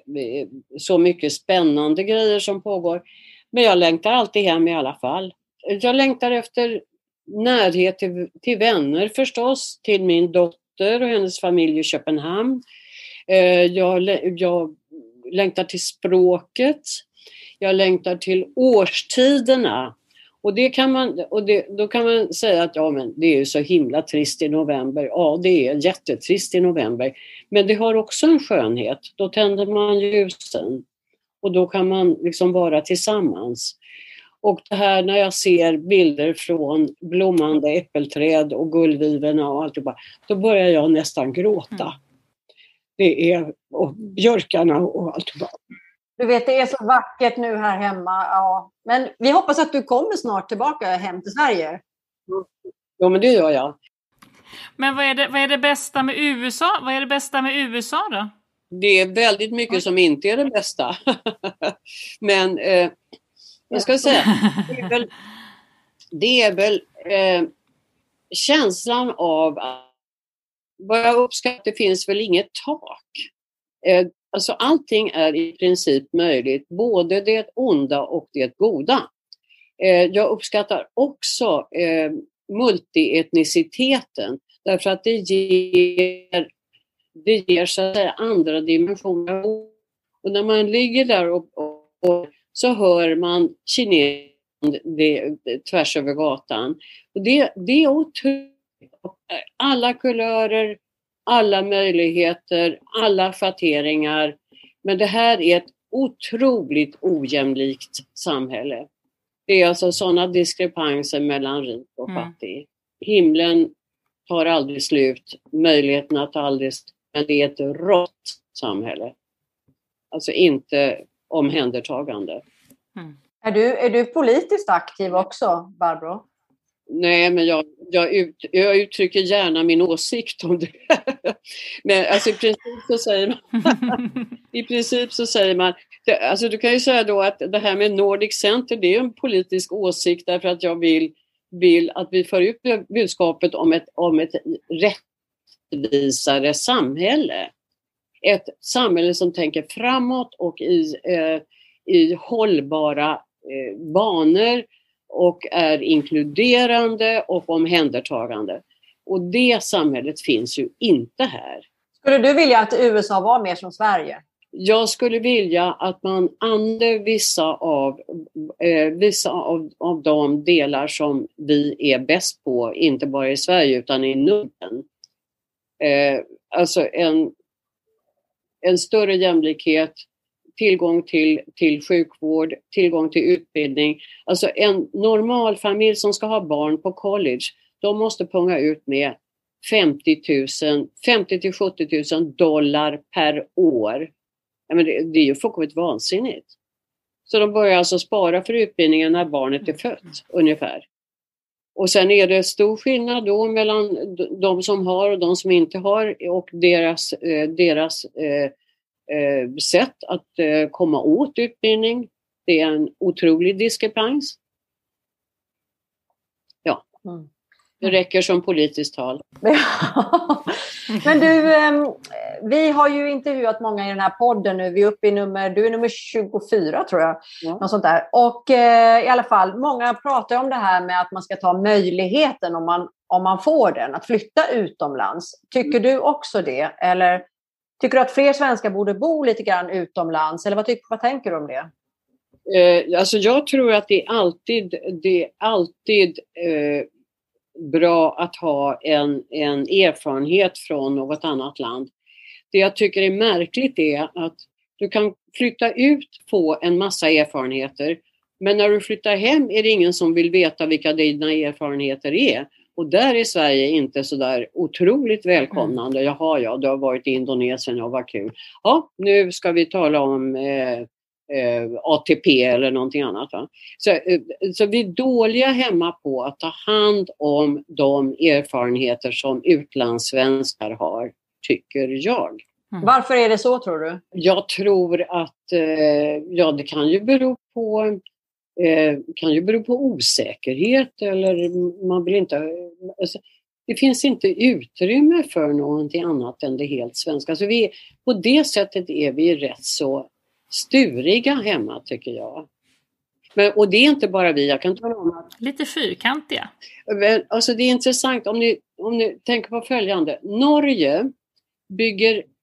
så mycket spännande grejer som pågår. Men jag längtar alltid hem i alla fall. Jag längtar efter närhet till, till vänner förstås, till min dotter och hennes familj i Köpenhamn. Eh, jag, jag längtar till språket. Jag längtar till årstiderna. Och, det kan man, och det, då kan man säga att ja, men det är ju så himla trist i november. Ja, det är jättetrist i november. Men det har också en skönhet. Då tänder man ljusen. Och då kan man liksom vara tillsammans. Och det här när jag ser bilder från blommande äppelträd och gullvivorna och allt det bara, då börjar jag nästan gråta. Mm. Det är och björkarna och allt det bara. Du vet, det är så vackert nu här hemma. Ja. Men vi hoppas att du kommer snart tillbaka hem till Sverige. Ja, men det gör jag. Men vad är det, vad är det bästa med U S A? Vad är det bästa med U S A då? Det är väldigt mycket som inte är det bästa. Men eh, jag ska säga, det är väl, det är väl eh, känslan av att vad jag uppskattar, det finns väl inget tak. Eh, alltså allting är i princip möjligt, både det onda och det goda. Eh, jag uppskattar också eh, multietniciteten, därför att det ger, det ger så att säga andra dimensioner. Och när man ligger där och, och, och så hör man kineser det, det, tvärs över gatan. Och det, det är otroligt. Alla kulörer, alla möjligheter, alla schatteringar. Men det här är ett otroligt ojämlikt samhälle. Det är alltså sådana diskrepanser mellan rik och fattig. Mm. Himlen tar aldrig slut, möjligheterna tar aldrig slut, men det är ett rått samhälle. Alltså inte omhändertagande. Mm. Är du, är du politiskt aktiv också, Barbro? Nej, men jag, jag, ut, jag uttrycker gärna min åsikt om det. Men alltså i princip så säger man, i princip så säger man, det, alltså du kan ju säga då att det här med Nordic Center, det är en politisk åsikt därför att jag vill, vill att vi för ut budskapet om ett, om ett rättvisare samhälle. Ett samhälle som tänker framåt och i, eh, i hållbara eh, banor och är inkluderande och omhändertagande. Och det samhället finns ju inte här. Skulle du vilja att U S A var mer som Sverige? Jag skulle vilja att man använder vissa av, eh, vissa av, av de delar som vi är bäst på, inte bara i Sverige utan i Norden. Eh, alltså en, en större jämlikhet, tillgång till, till sjukvård, tillgång till utbildning. Alltså en normal familj som ska ha barn på college, de måste punga ut med femtio till sjuttio tusen dollar per år. Ja, men det, det är ju fullkomligt vansinnigt. Så de börjar alltså spara för utbildningen när barnet är fött, ungefär. Och sen är det stor skillnad då mellan de som har och de som inte har och deras, deras eh, Eh, sätt att eh, komma åt utbildning. Det är en otrolig diskrepans. Ja, mm. Det räcker som politiskt tal. Men du, eh, vi har ju intervjuat många i den här podden nu. Vi är uppe i nummer, du är nummer tjugofyra tror jag. Ja. Något sånt där. Och eh, i alla fall, många pratar om det här med att man ska ta möjligheten om man, om man får den, att flytta utomlands. Tycker mm. du också det? Eller tycker du att fler svenskar borde bo lite grann utomlands? Eller vad, tycker, vad tänker du om det? Eh, alltså jag tror att det är alltid, det är alltid eh, bra att ha en, en erfarenhet från något annat land. Det jag tycker är märkligt är att du kan flytta ut, få en massa erfarenheter. Men när du flyttar hem är det ingen som vill veta vilka dina erfarenheter är. Och där är Sverige inte så där otroligt välkomnande. Mm. Jaha, ja, du har varit i Indonesien, ja, vad kul. Ja, nu ska vi tala om eh, eh, A T P eller någonting annat. Va? Så, eh, så vi är dåliga hemma på att ta hand om de erfarenheter som utlandssvenskar har, tycker jag. Mm. Varför är det så, tror du? Jag tror att eh, ja, det kan ju bero på... Eh, kan ju bero på osäkerhet eller man vill inte, alltså, det finns inte utrymme för någonting annat än det helt svenska. Alltså vi, på det sättet är vi rätt så sturiga hemma, tycker jag. Men, och det är inte bara vi, jag kan tala om att... Lite fyrkantiga. Alltså det är intressant om ni, om ni tänker på följande. Norge bygger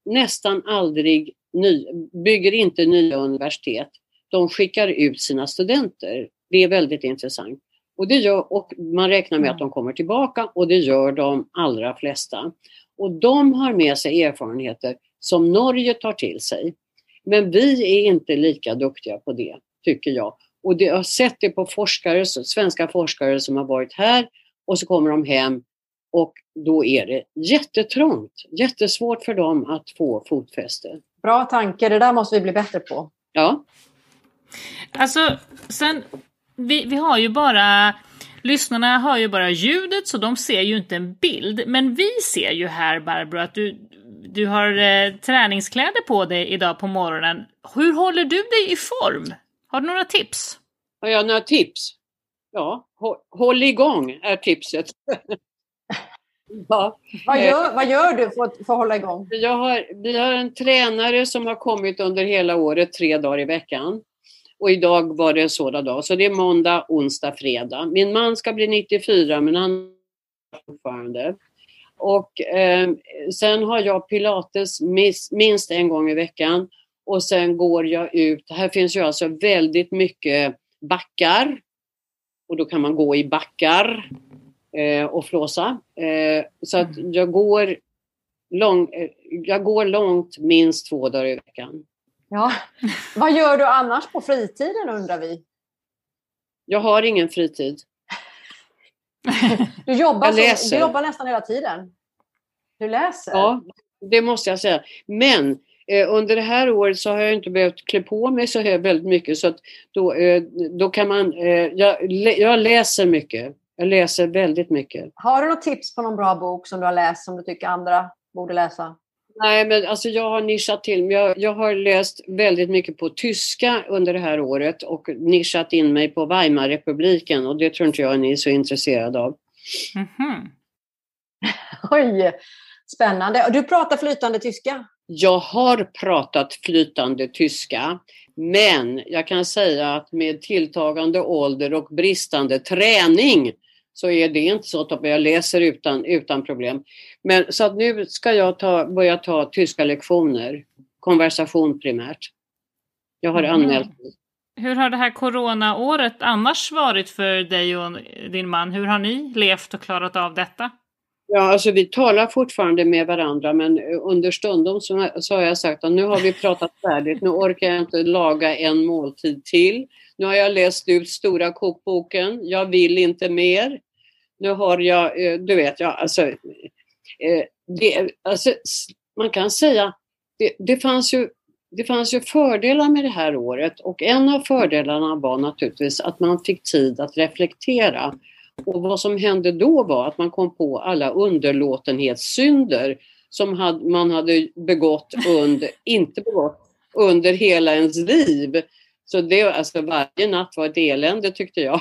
nästan aldrig ny, bygger inte nya universitet. De skickar ut sina studenter. Det är väldigt intressant. Och, det gör, och man räknar med att de kommer tillbaka, och det gör de allra flesta. Och de har med sig erfarenheter som Norge tar till sig. Men vi är inte lika duktiga på det, tycker jag. Och det, jag har sett det på forskare, svenska forskare som har varit här, och så kommer de hem och då är det jättetrångt. Jättesvårt för dem att få fotfäste. Bra tanke, det där måste vi bli bättre på. Ja. Alltså, sen, vi, vi har ju bara, lyssnarna har ju bara ljudet, så de ser ju inte en bild. Men vi ser ju här, Barbro, att du, du har eh, träningskläder på dig idag på morgonen. Hur håller du dig i form? Har du några tips? Har jag några tips? Ja, håll, håll igång är tipset. Ja. Vad, gör, vad gör du för att, för att hålla igång? Jag har, vi har en tränare som har kommit under hela året, tre dagar i veckan. Och idag var det en sådan dag. Så det är måndag, onsdag, fredag. Min man ska bli nittiofyra, men han är fortfarande. Och eh, sen har jag pilates minst, minst en gång i veckan. Och sen går jag ut. Här finns ju alltså väldigt mycket backar. Och då kan man gå i backar eh, och flåsa. Eh, så att jag går, lång, eh, jag går långt minst två dagar i veckan. Ja. Vad gör du annars på fritiden, undrar vi? Jag har ingen fritid. Du jobbar, jag läser. Så, du jobbar nästan hela tiden. Du läser. Ja, det måste jag säga. Men eh, under det här året så har jag inte behövt klä på mig så här väldigt mycket. Så att då, eh, då kan man... Eh, jag, jag läser mycket. Jag läser väldigt mycket. Har du något tips på någon bra bok som du har läst som du tycker andra borde läsa? Nej, men alltså jag har nischat till. Jag, jag har läst väldigt mycket på tyska under det här året och nischat in mig på Weimarrepubliken, och det tror inte jag ni är så intresserade av. Mm-hmm. Oj, spännande. Och du pratar flytande tyska? Jag har pratat flytande tyska, men jag kan säga att med tilltagande ålder och bristande träning så är det inte så att jag läser utan, utan problem. Men så att nu ska jag ta, börja ta tyska lektioner. Konversation primärt. Jag har Mm. anmält mig. Hur har det här coronaåret annars varit för dig och din man? Hur har ni levt och klarat av detta? Ja, alltså vi talar fortfarande med varandra, men under stundom så, så har jag sagt att nu har vi pratat färdigt. Nu orkar jag inte laga en måltid till. Nu har jag läst ut stora kokboken. Jag vill inte mer. Nu har jag, du vet, jag, alltså, det, alltså man kan säga, det, det, fanns ju, det fanns ju fördelar med det här året. Och en av fördelarna var naturligtvis att man fick tid att reflektera. Och vad som hände då var att man kom på alla underlåtenhetssynder som hade, man hade begått under, inte begått under hela ens liv. Så det, alltså varje natt var ett elände, tyckte jag.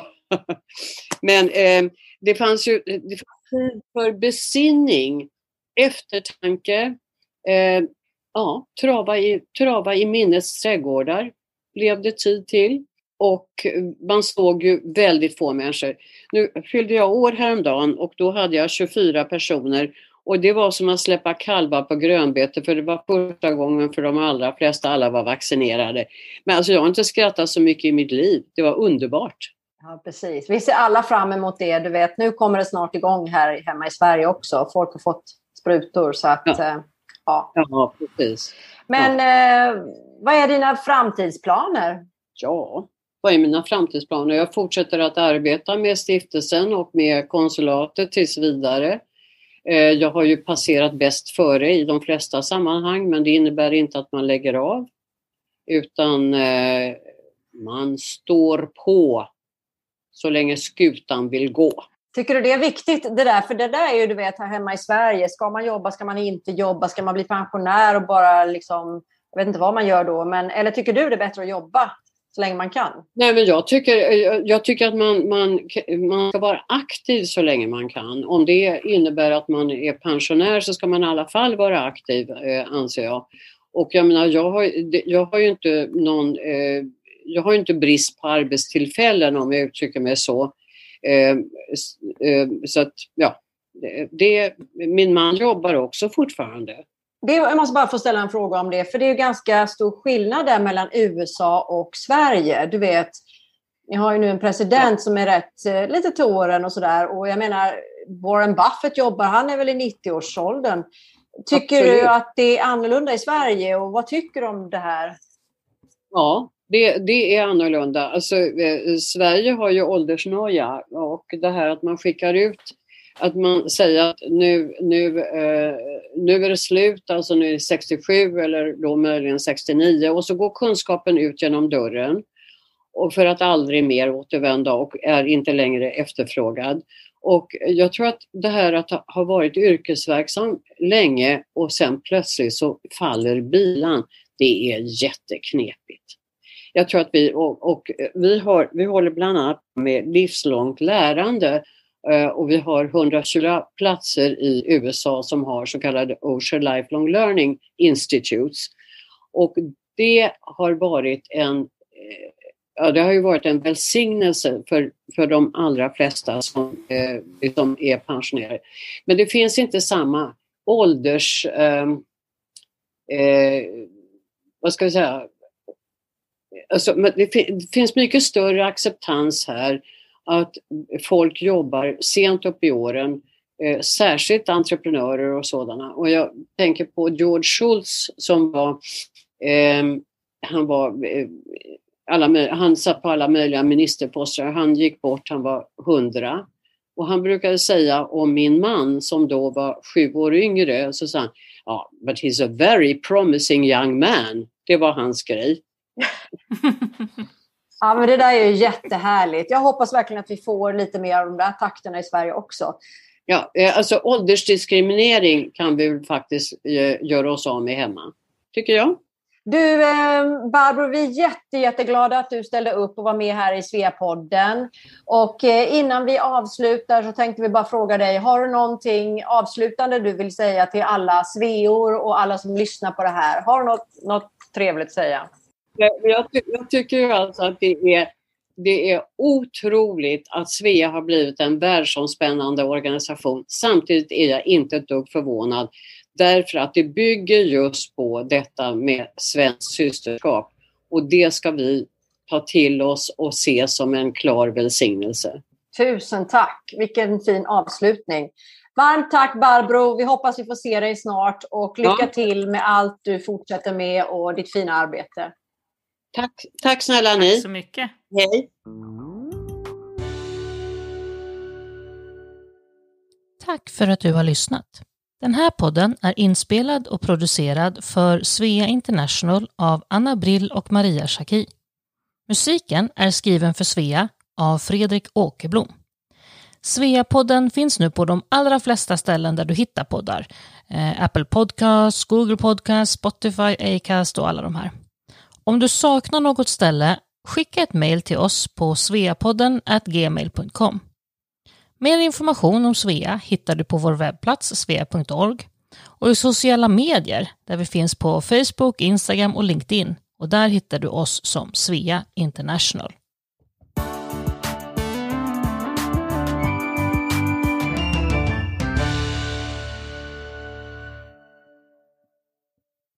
Men eh, det fanns ju det fanns tid för besinning, eftertanke, eh, ja, trava i, trava i minnets trädgårdar blev det tid till. Och man såg ju väldigt få människor. Nu fyllde jag år häromdagen och då hade jag tjugofyra personer. Och det var som att släppa kalvar på grönbete, för det var första gången för de allra flesta, alla var vaccinerade. Men alltså jag har inte skrattat så mycket i mitt liv. Det var underbart. Ja, precis. Vi ser alla fram emot det. Du vet, nu kommer det snart igång här hemma i Sverige också. Folk har fått sprutor så att... Ja, eh, ja. ja precis. Men ja. Eh, vad är dina framtidsplaner? Ja, vad är mina framtidsplaner? Jag fortsätter att arbeta med stiftelsen och med konsulatet tills vidare. Jag har ju passerat bäst före i de flesta sammanhang, men det innebär inte att man lägger av. Utan eh, man står på så länge skutan vill gå. Tycker du det är viktigt det där? För det där är ju, du vet, här hemma i Sverige. Ska man jobba, ska man inte jobba? Ska man bli pensionär och bara liksom... Jag vet inte vad man gör då. Men, eller tycker du det är bättre att jobba så länge man kan? Nej, men jag tycker, jag, jag tycker att man, man, man ska vara aktiv så länge man kan. Om det innebär att man är pensionär så ska man i alla fall vara aktiv, eh, anser jag. Och jag menar, jag har, jag har ju inte någon... Eh, jag har ju inte brist på arbetstillfällen, om jag uttrycker mig så. Eh, eh, så att, ja, det, min man jobbar också fortfarande. det, jag måste bara få ställa en fråga om det, för det är ju ganska stor skillnad där mellan U S A och Sverige. Du vet, ni har ju nu en president ja. som är rätt lite till åren och sådär, och jag menar, Warren Buffett jobbar, han är väl i nittio-årsåldern. Tycker Absolut. du att det är annorlunda i Sverige, och vad tycker du om det här? Ja, det, det är annorlunda. Alltså, eh, Sverige har ju åldersnoja, och det här att man skickar ut, att man säger att nu, nu, eh, nu är det slut, alltså nu är det sextiosju eller då möjligen sextionio, och så går kunskapen ut genom dörren och för att aldrig mer återvända och är inte längre efterfrågad. Och jag tror att det här att ha varit yrkesverksam länge och sen plötsligt så faller bilan, det är jätteknepigt. Jag tror att vi, och, och vi, har, vi håller bland annat med livslångt lärande, och vi har hundratjugo platser i U S A som har så kallade Osher Lifelong Learning Institutes. Och det har varit en, ja, det har ju varit en välsignelse för, för de allra flesta som, eh, som är pensionärer. Men det finns inte samma ålders, eh, eh, vad ska jag säga, alltså, men det, det finns mycket större acceptans här att folk jobbar sent upp i åren, eh, särskilt entreprenörer och sådana. Och jag tänker på George Shultz som var, eh, han var, eh, alla, han satt på alla möjliga ministerposter, han gick bort, han var hundra. Och han brukade säga om min man som då var sju år yngre, så sa han, ja, but he's a very promising young man. Det var hans grej. Ja, men det där är ju jättehärligt. Jag hoppas verkligen att vi får lite mer av de där takterna i Sverige också. Ja, alltså åldersdiskriminering kan vi faktiskt göra oss av med hemma, tycker jag. Du, Barbro, vi är jätte, jätteglada att du ställde upp och var med här i Svea-podden. Och innan vi avslutar så tänkte vi bara fråga dig, har du någonting avslutande du vill säga till alla sveor och alla som lyssnar på det här? Har du något, något trevligt att säga? Jag, ty- jag tycker ju alltså att det är, det är otroligt att Svea har blivit en världsomspännande organisation. Samtidigt är jag inte ett dugg förvånad, därför att det bygger just på detta med svenskt systerskap. Och det ska vi ta till oss och se som en klar välsignelse. Tusen tack, vilken fin avslutning. Varmt tack Barbro, vi hoppas vi får se dig snart, och lycka ja. till med allt du fortsätter med och ditt fina arbete. Tack, tack snälla ni. Tack så mycket. Hej. Tack för att du har lyssnat. Den här podden är inspelad och producerad för Svea International av Anna Brill och Maria Schacki. Musiken är skriven för Svea av Fredrik Åkerblom. Svea-podden finns nu på de allra flesta ställen där du hittar poddar. Eh, Apple Podcasts, Google Podcasts, Spotify, Acast och alla de här. Om du saknar något ställe, skicka ett mejl till oss på sveapodden at gmail punkt com. Mer information om Svea hittar du på vår webbplats svea punkt org och i sociala medier där vi finns på Facebook, Instagram och LinkedIn, och där hittar du oss som Svea International.